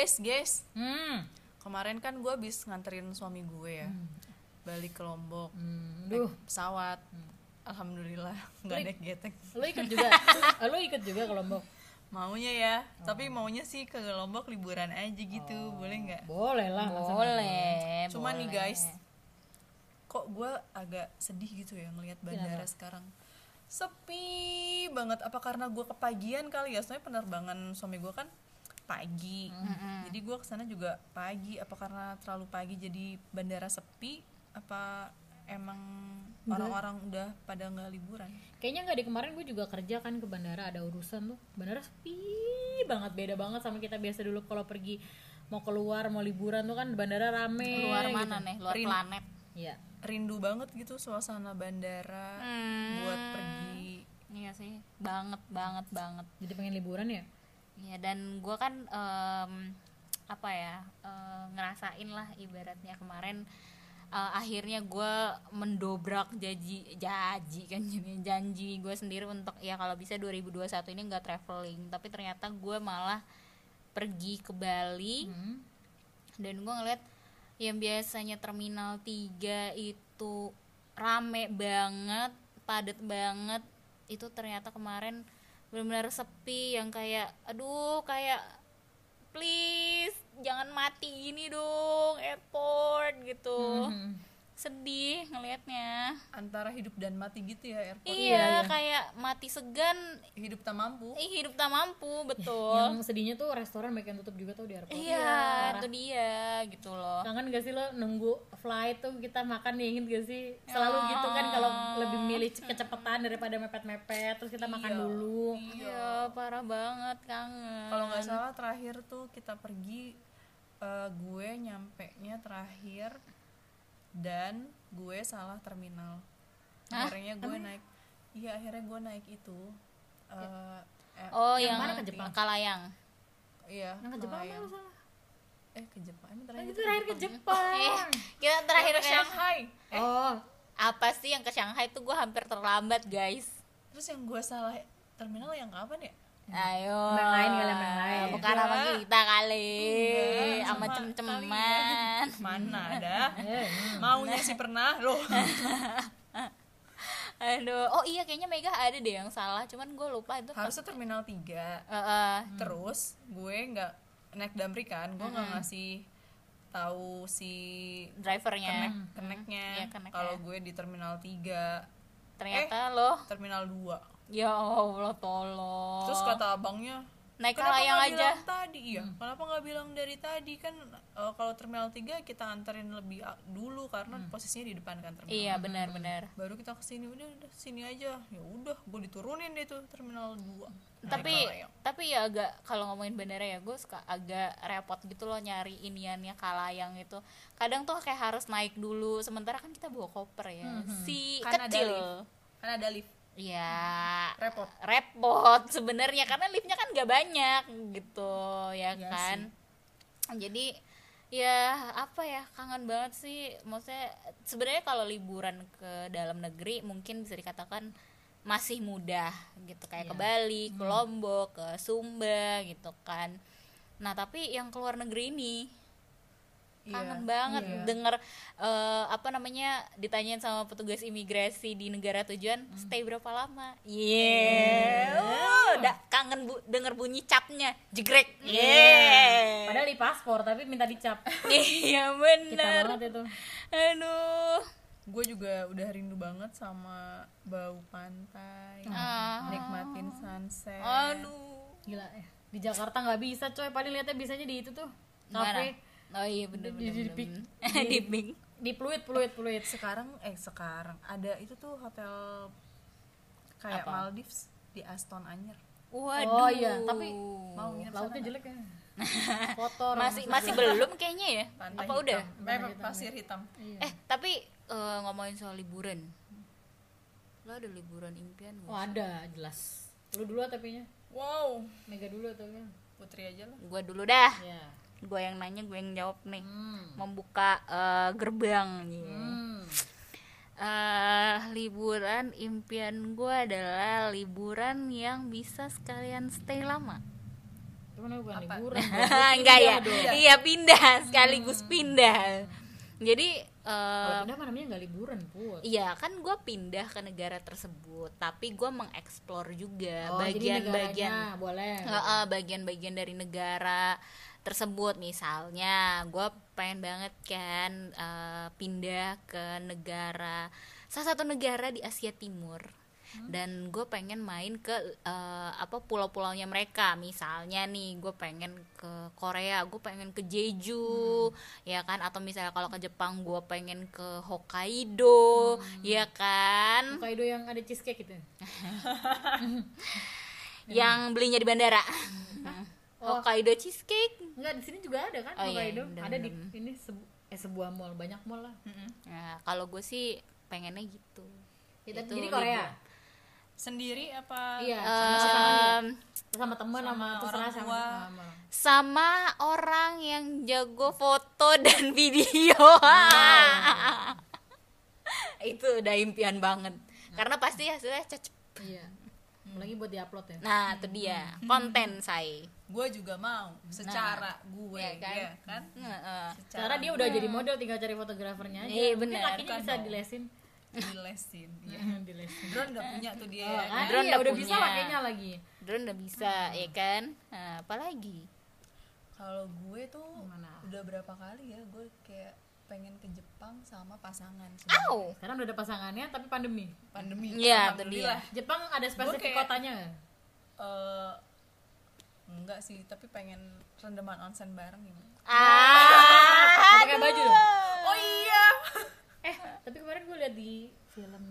Guys, kemarin kan gue habis nganterin suami gue ya, balik ke Lombok, naik pesawat. Alhamdulillah nggak naik getek. Lo ikut juga? Lo ikut juga ke Lombok? Maunya ya, tapi maunya sih ke Lombok liburan aja gitu, boleh nggak? Boleh lah. Boleh. Cuma nih guys, kok gue agak sedih gitu ya ngelihat bandara sekarang sepi banget. Apa karena gue kepagian kali ya? Soalnya penerbangan suami gue kan pagi, jadi gue kesana juga pagi. Apa karena terlalu pagi jadi bandara sepi? Apa emang orang-orang udah pada nggak liburan? Kayaknya nggak, di kemarin gue juga kerja kan ke bandara, ada urusan tuh. Bandara sepi banget, beda banget sama kita biasa dulu kalau pergi mau keluar mau liburan tuh kan bandara rame. Luar mana nih? Luar planet. Iya. Rindu banget gitu suasana bandara buat pergi. Iya sih, banget. Jadi pengen liburan ya? Iya, dan gue kan ngerasain lah ibaratnya kemarin. Akhirnya gue mendobrak janji gue sendiri untuk ya kalau bisa 2021 ini nggak traveling, tapi ternyata gue malah pergi ke Bali. Dan gue ngeliat yang biasanya Terminal 3 itu rame banget, padat banget, itu ternyata kemarin benar-benar sepi, yang kayak please jangan mati gini dong airport gitu. Sedih ngelihatnya. Antara hidup dan mati gitu ya airport. Iya, kayak mati segan, hidup tak mampu. Hidup tak mampu, betul. Yang sedihnya tuh restoran banyak yang tutup juga tuh di airport. Iya, itu dia gitu loh. Kangen gak sih lo nunggu flight tuh kita makan nih, inget gak sih? Selalu gitu kan, kalau lebih milih kecepatan daripada mepet-mepet, terus kita makan dulu. Iya, parah banget, kangen. Kalau nggak salah terakhir tuh kita pergi, gue nyampenya terakhir dan gue salah terminal. Akhirnya gue naik. Iya, akhirnya gue naik itu. Yang mana ke Jepang? Kalayang. Iya. Yang ke Jepang apa lo salah? Ke Jepang. Ini Itu terakhir ke Jepang. Kita terakhir ke Shanghai. Apa sih yang ke Shanghai tuh gue hampir terlambat, guys. Terus yang gue salah terminal yang kapan ya? Ayo. Yang lain kali, yang lain. Bukan sama kita kali. Sama cem-ceman. Mana ada? Maunya sih pernah loh. Aduh, oh iya kayaknya Mega ada deh yang salah, cuman gue lupa itu. Harusnya Terminal 3. Terus gue nggak naik damri kan, gue nggak ngasih tahu si drivernya, connect-nya. Kalau gue di Terminal 3. Ternyata loh Terminal 2. Ya Allah, tolong. Terus kata abangnya, naik Kalayang aja tadi. Iya, kenapa nggak bilang dari tadi kan? Kalau Terminal 3 kita anterin lebih dulu karena posisinya di depan kan terminal. Iya, benar. Baru kita kesini, udah sini aja. Ya udah, gue diturunin deh tuh Terminal 2. Tapi ya agak, kalau ngomongin bandara ya gue suka agak repot gitu loh nyari iniannya Kalayang itu. Kadang tuh kayak harus naik dulu, sementara kan kita bawa koper ya. Kan Kecil. Kan ada lift. Iya, repot sebenarnya karena liftnya kan gak banyak gitu ya kan sih. Jadi ya apa ya, kangen banget sih. Maksudnya sebenarnya kalau liburan ke dalam negeri mungkin bisa dikatakan masih mudah gitu, kayak ke Bali, ke Lombok, ke Sumba gitu kan. Nah tapi yang keluar negeri ini kangen banget denger ditanyain sama petugas imigrasi di negara tujuan, stay berapa lama? Udah kangen denger bunyi capnya jegrek. Padahal di paspor tapi minta dicap. Iya benar. Kita banget itu. Aduh, gue juga udah rindu banget sama bau pantai, nikmatin sunset. Aduh, gila ya. Di Jakarta nggak bisa coy, paling lihatnya bisanya di itu tuh kafe. Oh iya bener. Di Pluit. Sekarang ada itu tuh hotel kayak Maldives di Aston Anyer. Waduh. Oh iya, tapi mau nginep lautnya sana jelek ya. Kotor. Masih belum kayaknya ya. Pantai apa hitam. Udah? Pasir hitam. Tapi ngomongin soal liburan. Lo ada liburan impian gak? Oh ada, jelas. Lu dulu tapinya. Wow. Mega dulu atau ya? Putri aja lah. Gua dulu dah. Iya. Gue yang nanya, gue yang jawab nih. Membuka gerbang liburan impian gue adalah liburan yang bisa sekalian stay lama. Cuman bukan Apa? liburan. Enggak ya? dong. Iya pindah, sekaligus pindah. Jadi Kalau pindah mah namanya nggak liburan, Put. iya kan gue pindah ke negara tersebut, tapi gue mengeksplor juga Oh, jadi bagian-bagian negaranya boleh. bagian-bagian dari negara tersebut. Misalnya gue pengen banget kan pindah ke salah satu negara di Asia Timur, dan gue pengen main ke pulau-pulaunya mereka. Misalnya nih gue pengen ke Korea, gue pengen ke Jeju, ya kan, atau misalnya kalau ke Jepang gue pengen ke Hokkaido, ya kan, Hokkaido yang ada cheesecake gitu. yang belinya di bandara. Hokkaido cheesecake. Enggak, di sini juga ada kan Oh, iya, Hokkaido. bener, Ada di bener. ini sebuah mall, banyak mall lah. Nah, kalau gue sih pengennya gitu. Ya, tapi Itu jadi Korea. Sendiri apa Iya, Em, sama teman sama terserah orang tua. sama. sama orang yang jago foto dan video. Itu udah impian banget. Karena pasti hasilnya cocok. Iya. Lagi buat diupload ya. Nah, itu dia. Konten saya. gue juga mau secara gue Iya kan? ya kan Heeh. Cara dia udah jadi model, tinggal cari fotografernya aja. Iya, Mungkin benar. lakinya Kan bisa dong. dilesin. dilesin ya. Dilesin. drone udah punya tuh dia Oh, ya kan? kan? Drone Iya, udah udah bisa punya. pakainya lagi. Drone udah bisa, ya kan? Nah, apalagi? Kalau gue tuh Gimana? udah berapa kali ya gue kayak pengen ke Jepang sama pasangan sebenarnya. Au. Sekarang udah ada pasangannya tapi pandemi. Pandemi Iya, itu alhamdulillah. Jepang ada spesifik kayak- kotanya nggak? Eh, enggak sih tapi pengen rendeman onsen bareng gimana Pakai baju dong. oh iya Tapi kemarin gue lihat di film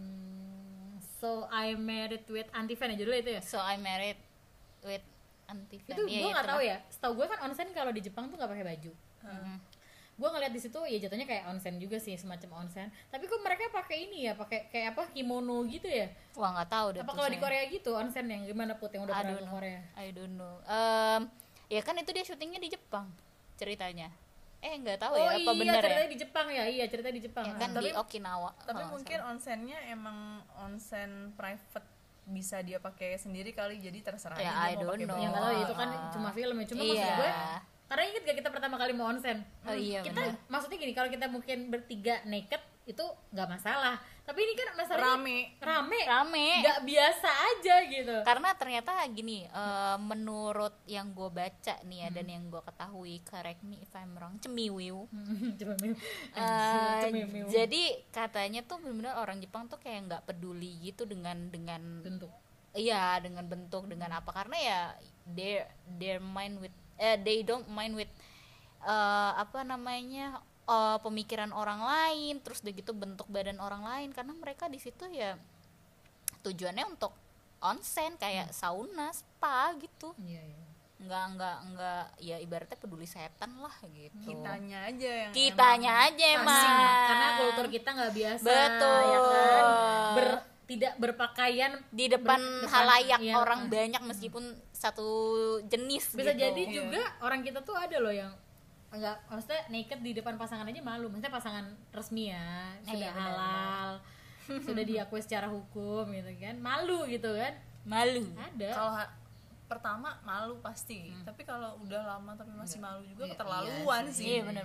So I Married with Auntie Fan ya judulnya itu ya. So I married with Auntie Fan. Itu Iya, gue nggak itulah. tahu ya. Setahu gue kan onsen kalau di Jepang tuh nggak pakai baju. Gue ngeliat di situ ya jatuhnya kayak onsen juga sih, semacam onsen. Tapi kok mereka pakai ini ya, pakai kayak apa kimono gitu ya? Wah, nggak tahu deh. Apa tuh kalau di saya. Korea gitu onsen yang gimana Put yang udah I pernah don't ke know. Korea? I don't know. Ya kan itu dia syutingnya di Jepang ceritanya. Nggak tahu ya apa iya, benar ya? ceritanya di Jepang ya. Iya, ceritanya di Jepang. Ya kan Tapi di Okinawa. tapi kalau nggak mungkin salah. onsennya emang onsen private bisa dia pakai sendiri kali jadi terserah Ya, aja I dia mau don't pakai know. baju yang nggak tahu ya, itu apa. kan cuma film ya. Cuma Iya. maksud gue, karena inget gak kita pertama kali mau onsen? Oh, iya, kita benar. maksudnya gini, kalau kita mungkin bertiga naked itu nggak masalah. Tapi ini kan masalahnya rame Rame. nggak biasa aja gitu. Karena ternyata gini, menurut yang gue baca nih ya, dan yang gue ketahui, correct me if I'm wrong, cemiwiu. Coba Mil. Mil. Jadi katanya tuh benar-benar orang Jepang tuh kayak nggak peduli gitu dengan bentuk. iya, dengan bentuk, dengan apa, karena ya they mind with they don't mind with apa namanya, pemikiran orang lain, terus udah gitu bentuk badan orang lain, karena mereka di situ ya tujuannya untuk onsen kayak sauna, spa gitu. Iya, iya. Nggak ya ibaratnya peduli setan lah gitu. kitanya aja yang Kitanya aja emang. Karena kultur kita nggak biasa. Betul. Ya kan? Tidak berpakaian Di depan depan, halayak iya. orang banyak meskipun satu jenis bisa gitu. jadi Iya. juga orang kita tuh ada loh yang enggak, maksudnya naked di depan pasangan aja malu. Maksudnya pasangan resmi ya, sudah Iya, benar, halal, sudah diakui secara hukum gitu kan, malu gitu kan, Malu. ada. kalau pertama malu pasti tapi kalau udah lama tapi masih malu juga Iya, keterlaluan iya sih Iya, benar.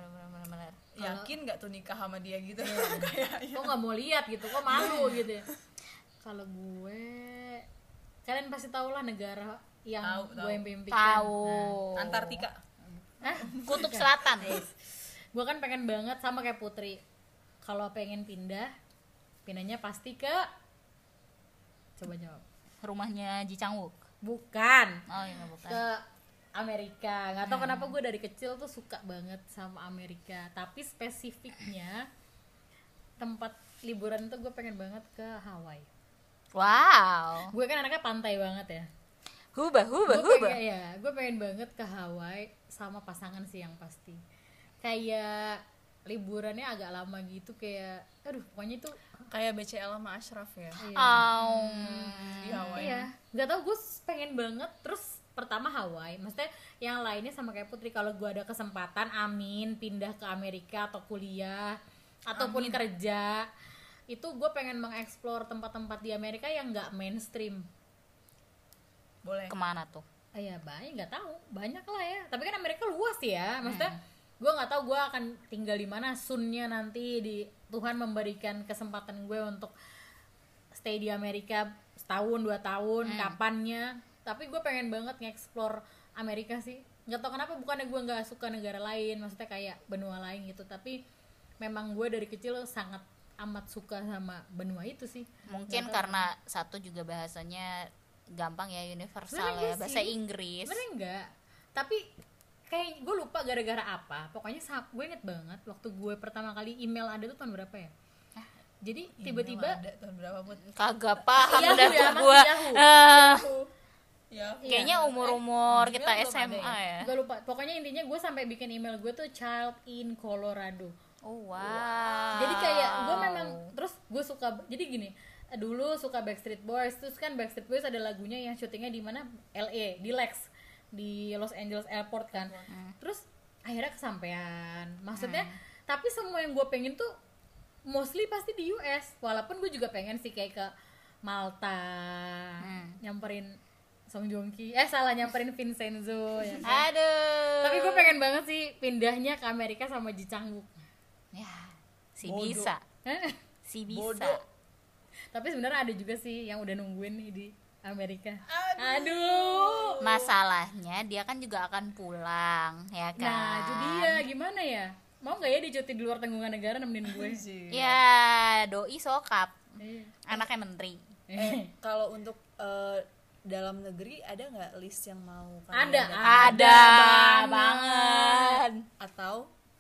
yakin nggak tuh nikah sama dia gitu kayak Kok nggak mau lihat gitu, kok malu gitu ya. Kalau gue, kalian pasti tahu lah negara yang Tahu. gue impikan. Tahu. Antartika Hah? Kutub Selatan. Gue kan pengen banget sama kayak Putri. Kalau pengen pindahnya pasti ke, coba jawab. Rumahnya Ji Chang Wook. Bukan. Oh iya, bukan. Ke Amerika. Nggak tahu kenapa gue dari kecil tuh suka banget sama Amerika. Tapi spesifiknya tempat liburan itu gue pengen banget ke Hawaii. Wow. Gue kan anaknya pantai banget ya. Hubah. Gue pengen banget ke Hawaii sama pasangan sih yang pasti. Kayak liburannya agak lama gitu, kayak aduh pokoknya itu kayak BCL sama Ashraf ya di Hawaii iya, nggak tahu, gue pengen banget. Terus pertama Hawaii, maksudnya yang lainnya sama kayak Putri, kalau gue ada kesempatan amin pindah ke Amerika atau kuliah ataupun kerja, itu gue pengen mengeksplor tempat-tempat di Amerika yang nggak mainstream. boleh Kemana tuh? ya banyak, nggak tahu, banyak lah ya, tapi kan Amerika luas ya, maksudnya gue nggak tahu gue akan tinggal di mana soon-nya nanti, di Tuhan memberikan kesempatan gue untuk stay di Amerika setahun 2 tahun kapannya, tapi gue pengen banget nge-explore Amerika sih, nggak tahu kenapa, bukannya gue nggak suka negara lain, maksudnya kayak benua lain gitu, tapi memang gue dari kecil sangat amat suka sama benua itu sih. Mungkin karena satu juga bahasanya gampang ya, universal Sebenarnya ya, bahasa Inggris. Sebenarnya enggak, tapi kayak gue lupa gara-gara apa, pokoknya gue inget banget waktu gue pertama kali email ada tuh tahun berapa ya, jadi tiba-tiba ada tahun berapa Put? Kagak paham Yahoo dah ya, tuh masih gua. Yahoo. Ya Kayaknya umur-umur Gmail kita belum ada SMA ya. Gue lupa, pokoknya intinya gue sampai bikin email gue tuh Child in Colorado. Oh wow. Jadi kayak gue memang, terus gue suka, jadi gini, dulu suka Backstreet Boys, terus kan Backstreet Boys ada lagunya yang syutingnya di mana, LA, di Lex, di Los Angeles Airport kan. Terus akhirnya kesampean, maksudnya tapi semua yang gue pengen tuh mostly pasti di US, walaupun gue juga pengen sih kayak ke Malta, nyamperin Song Joong Ki, nyamperin Vincenzo ya kan? Aduh. Tapi gue pengen banget sih pindahnya ke Amerika sama Ji Chang-wook. Ya, si Bodoh. bisa. Si bisa. Bodoh. Tapi sebenarnya ada juga sih yang udah nungguin nih di Amerika. Aduh. Masalahnya dia kan juga akan pulang, ya kan? Nah, itu dia, gimana ya? Mau nggak ya dia cuti di luar tanggungan negara nemenin gue? Ya, doi sokap. Iya. Anaknya menteri. Kalau untuk dalam negeri ada nggak list yang mau kalian Ada, datang? Ada banget. Atau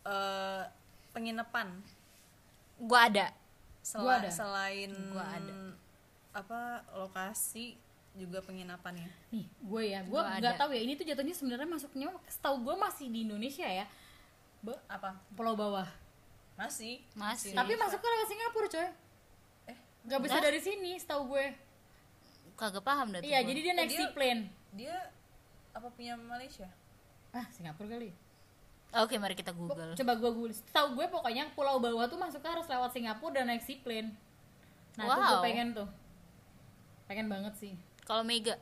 penginapan Gua ada. Gua ada. Selain Gua ada. apa lokasi juga penginapannya. Nih, gue Gua nggak ada. tahu ya. Ini tuh jatuhnya sebenarnya masuknya, setahu gue masih di Indonesia ya. Apa? Pulau Bawah. Masih. Masih. Tapi masuknya lewat Singapura, coy. Nggak bisa Hah? dari sini, setahu gue. Kagak paham dah tuh Iya, gua. jadi dia naik Dia- seaplane. Dia apa punya Malaysia? Singapura kali. Oke, mari kita Google. Coba gue Google. Tahu gue pokoknya Pulau Bawah tuh masuknya harus lewat Singapura dan naik seaplane. Nah, itu gue Wow. pengen tuh. Pengen banget sih. Kalau Mega,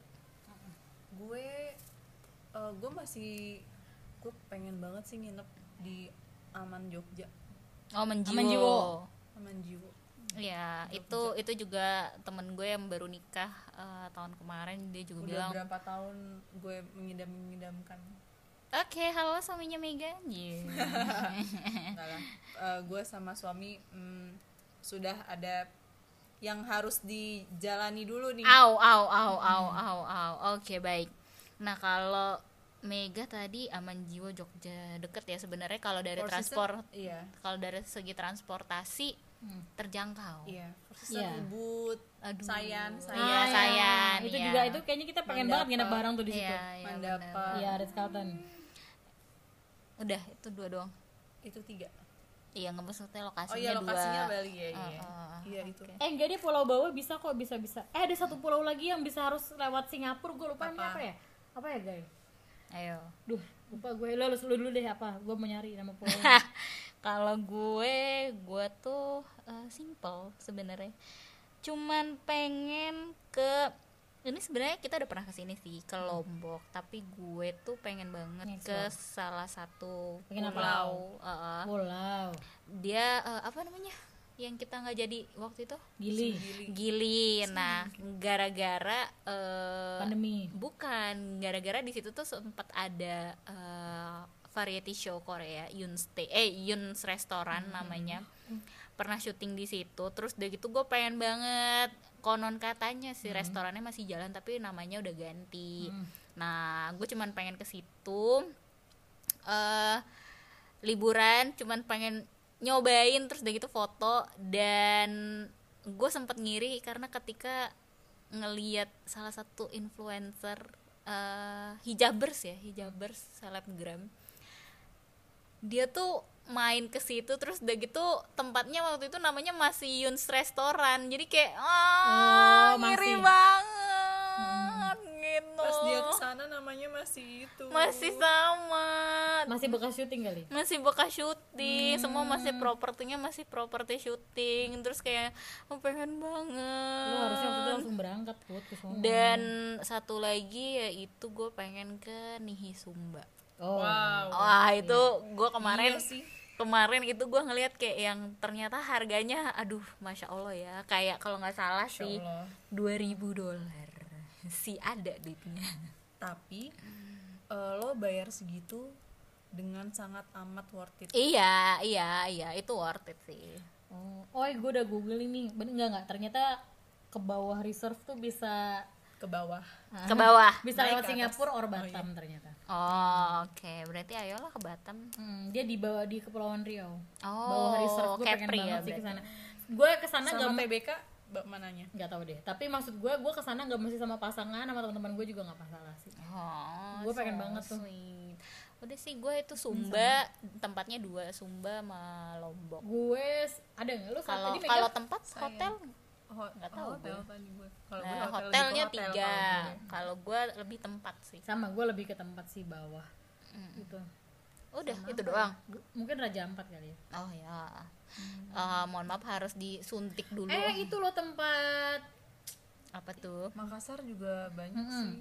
Gue masih gue pengen banget sih nginep di Aman Jogja. oh Menjiwo. Menjiwo. Aman Jiwo. Ya, itu juga temen gue yang baru nikah tahun kemarin, dia juga Udah bilang, berapa tahun gue mengidam-ngidamkan. oke, halo suaminya Mega. Yeah. Enggak lah. Gue sama suami sudah ada yang harus dijalani dulu nih. Au. Oke, baik. Nah, kalau Mega tadi Aman Jiwo Jogja deket ya sebenarnya, kalau dari Four transport, Seasons, iya. kalau dari segi transportasi terjangkau. Iya, Four Seasons, Iya. Ubud, Aduh. Sayan, Iya, Sayan. Itu iya. juga, itu kayaknya kita pengen Mandapa. banget nginep bareng tuh di situ. Iya, iya, Mandapa. benar. Iya, Ritz-Carlton. Udah, itu 2 doang. Itu 3. Iya, nggak maksudnya lokasinya Oh iya, lokasinya 2. Bali ya, iya. Iya itu. Enggak, dia Pulau Bawah bisa kok, bisa. Ada satu pulau lagi yang bisa harus lewat Singapura, gue lupa namanya apa ya? Apa ya, guys? Ayo. Duh, lupa gue. Lu dulu deh apa? Gue mau nyari nama pulau. Kalau gue tuh simple sebenarnya. Cuman pengen ke, ini sebenarnya kita udah pernah kesini sih, ke Lombok, tapi gue tuh pengen banget ke salah satu Pengen apa? pulau. Pulau Dia apa namanya? Yang kita nggak jadi waktu itu? Gili. Gili. Nah, gara-gara Pandemi. bukan, gara-gara di situ tuh sempat ada variety show Korea, Yun's Restaurant namanya. Pernah syuting di situ. Terus udah gitu gue pengen banget, konon katanya si restorannya masih jalan tapi namanya udah ganti. Nah, gue cuman pengen ke situ liburan, cuman pengen nyobain, terus udah gitu foto. Dan gue sempet ngiri karena ketika ngeliat salah satu influencer hijabers selebgram, dia tuh main ke situ, terus udah gitu tempatnya waktu itu namanya masih Yun's Restaurant, jadi kayak ngiri masih. banget gitu. Pas dia kesana namanya masih itu. Masih sama. Masih bekas syuting kali. Masih bekas syuting, semua masih propertinya masih properti syuting. Terus kayak pengen banget. Lu harusnya waktu itu langsung berangkat Put ke sono. Dan satu lagi yaitu gue pengen ke Nihi Sumba. Oh. Wow. Wah itu gue kemarin Iya sih. kemarin itu gue ngeliat kayak yang ternyata harganya aduh masya Allah ya, kayak kalau nggak salah Masya sih Allah. $2.000 sih ada duitnya. Tapi lo bayar segitu dengan sangat amat worth it. Iya itu worth it sih. Oh, gue udah google ini. Enggak, ternyata ke bawah reserve tuh bisa Ke bawah. Ke bawah. bisa Naik lewat ke atas. Singapura or Oh, Batam ternyata. Oh oke, berarti ayolah ke Batam. Dia di bawah di Kepulauan Riau. Oh, Bawah reserve gue pengen Capri ya banget sih ke berarti. sana. Gue kesana Sama gak TBK mananya? nggak tahu deh. Tapi maksud gue kesana nggak mesti sama pasangan, sama teman-teman gue juga nggak masalah sih. Oh, Gue pengen so banget tuh. sweet. Udah sih gue itu Sumba, tempatnya 2, Sumba sama Lombok. Gue ada nggak lu saat Kalau tadi kalau megang? tempat hotel Nggak tahu hotel gue. tadi gue. Kalau nah, gue hotel hotelnya di hotel 3. kalau gue. Kalau gue lebih tempat sih. Sama gue lebih ke tempat sih bawah. Gitu. Udah itu doang. Mungkin Raja Ampat kali ya. Oh ya. Mohon maaf harus disuntik dulu. Itu loh tempat Apa tuh? Makassar juga banyak sih.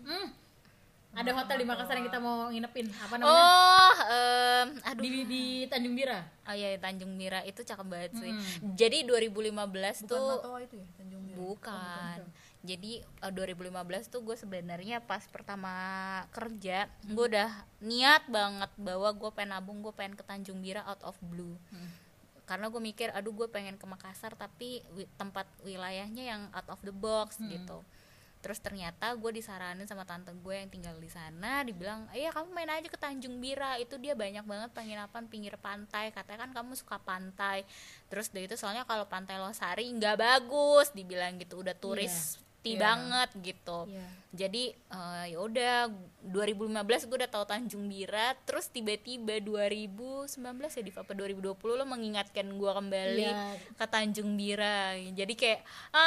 ada hotel di Makassar yang kita mau nginepin. Apa namanya? Oh, aduh. Di Tanjung Bira. Oh iya Tanjung Mira itu cakep banget sih. Jadi 2015 Bukan tuh Matoa itu ya, Tanjung Mira. bukan. Jadi 2015 tuh gue sebenarnya pas pertama kerja, gue udah niat banget bahwa gue pengen nabung, gue pengen ke Tanjung Bira out of blue. Karena gue mikir, aduh gue pengen ke Makassar tapi tempat wilayahnya yang out of the box gitu. Terus ternyata gue disaranin sama tante gue yang tinggal di sana, dibilang, iya kamu main aja ke Tanjung Bira, itu dia banyak banget penginapan pinggir pantai, katanya kan kamu suka pantai. Terus dari itu soalnya kalau Pantai Losari nggak bagus, dibilang gitu, udah turis banget gitu. Jadi ya udah 2015 gue udah tahu Tanjung Bira, terus tiba-tiba 2019 ya di apa 2020 lo mengingatkan gue kembali ke Tanjung Bira. Jadi kayak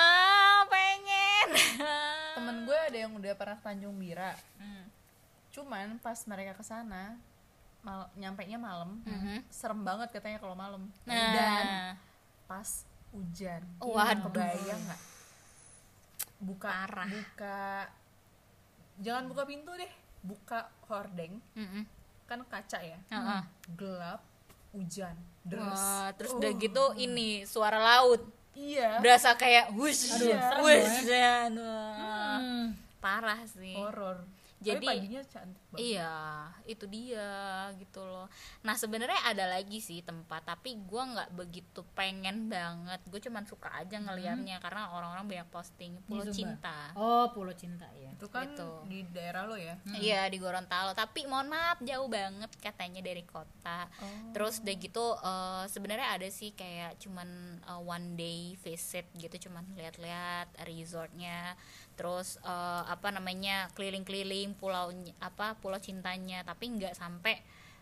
pengen. Temen gue ada yang udah pernah ke Tanjung Bira. Cuman pas mereka kesana nyampainya malam, serem banget katanya kalau malam. Dan pas hujan. Waduh. Kebayang nggak? Buka Parah. Jangan buka pintu deh, buka hordeng, kan kaca ya, gelap, hujan, deres. Wah, terus udah gitu ini suara laut, Iya, berasa kayak wush, serem wush, dan wah, parah sih. horor. Jadi Tapi paginya cantik banget. iya itu dia gitu loh. Nah sebenarnya ada lagi sih tempat, tapi gue nggak begitu pengen banget, gue cuman suka aja ngelihatnya karena orang-orang banyak posting Pulau Sumba. Cinta. Oh, Pulau Cinta ya. Itu kan Gitu. di daerah lo ya. Iya di Gorontalo, tapi mohon maaf jauh banget katanya dari kota. Terus udah gitu sebenarnya ada sih kayak cuman one day visit gitu, cuman lihat-lihat resortnya, terus apa namanya keliling-keliling pulau Cintanya, tapi nggak sampai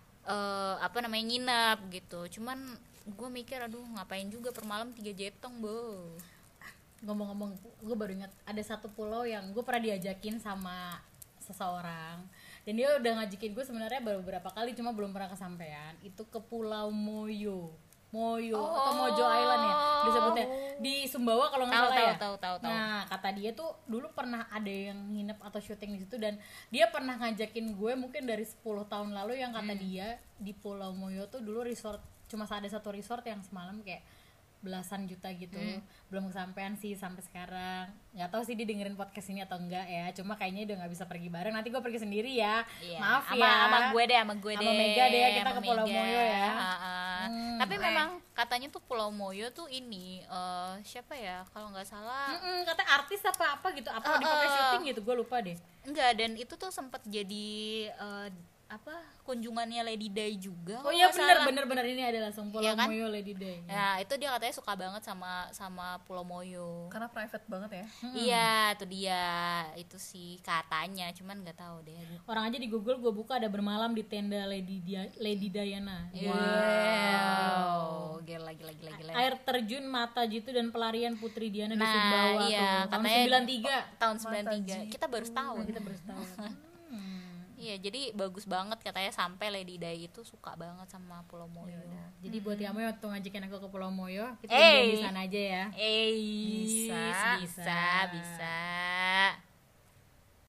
apa namanya nginep gitu. Cuman gue mikir aduh ngapain juga per malam 3 jetong bo. Ngomong-ngomong, gue baru ingat ada satu pulau yang gue pernah diajakin sama seseorang, dan dia udah ngajakin gue sebenarnya baru beberapa kali, cuma belum pernah kesampaian. Itu ke Pulau Moyo atau Mojo Island ya disebutnya, di Sumbawa kalau nggak salah ya. Tahu. Nah kata dia tuh dulu pernah ada yang nginep atau syuting di situ, dan dia pernah ngajakin gue mungkin dari 10 tahun lalu, yang kata dia di Pulau Moyo tuh dulu resort, cuma ada satu resort yang semalam kayak belasan juta gitu. Belum kesampaian sih sampai sekarang. Nggak tahu sih dia dengerin podcast ini atau enggak ya, cuma kayaknya udah nggak bisa pergi bareng. Nanti gue pergi sendiri ya. Iya, Maaf sama, ya, sama gue deh sama Mega deh, kita sama ke Pulau Mega. Moyo ya. Tapi memang katanya tuh Pulau Moyo tuh ini siapa ya kalau nggak salah Katanya artis apa gitu, apa dipakai syuting gitu, gue lupa deh. enggak, dan itu tuh sempat jadi apa kunjungannya Lady Di juga. Oh kalau iya nggak salah. bener ini ada langsung Pulau Iya kan? Moyo Lady Day. Nah itu dia katanya suka banget sama Pulau Moyo. Karena private banget ya. Iya itu dia, itu sih katanya, cuman nggak tahu deh. Orang aja di Google gue buka ada bermalam di tenda Lady Diana. Wow, gila. Air terjun Mata Jitu dan pelarian Putri Diana di Nah, Sumbawa iya, tuh. Tahun katanya 93. Tahun 93. Kita baru setahun. Kita baru setahun. Iya, jadi bagus banget katanya, sampai Lady Di itu suka banget sama Pulau Moyo. Yaudah. Jadi buat kamu yang tuh ngajakin aku ke Pulau Moyo, kita di sana aja ya. Bisa.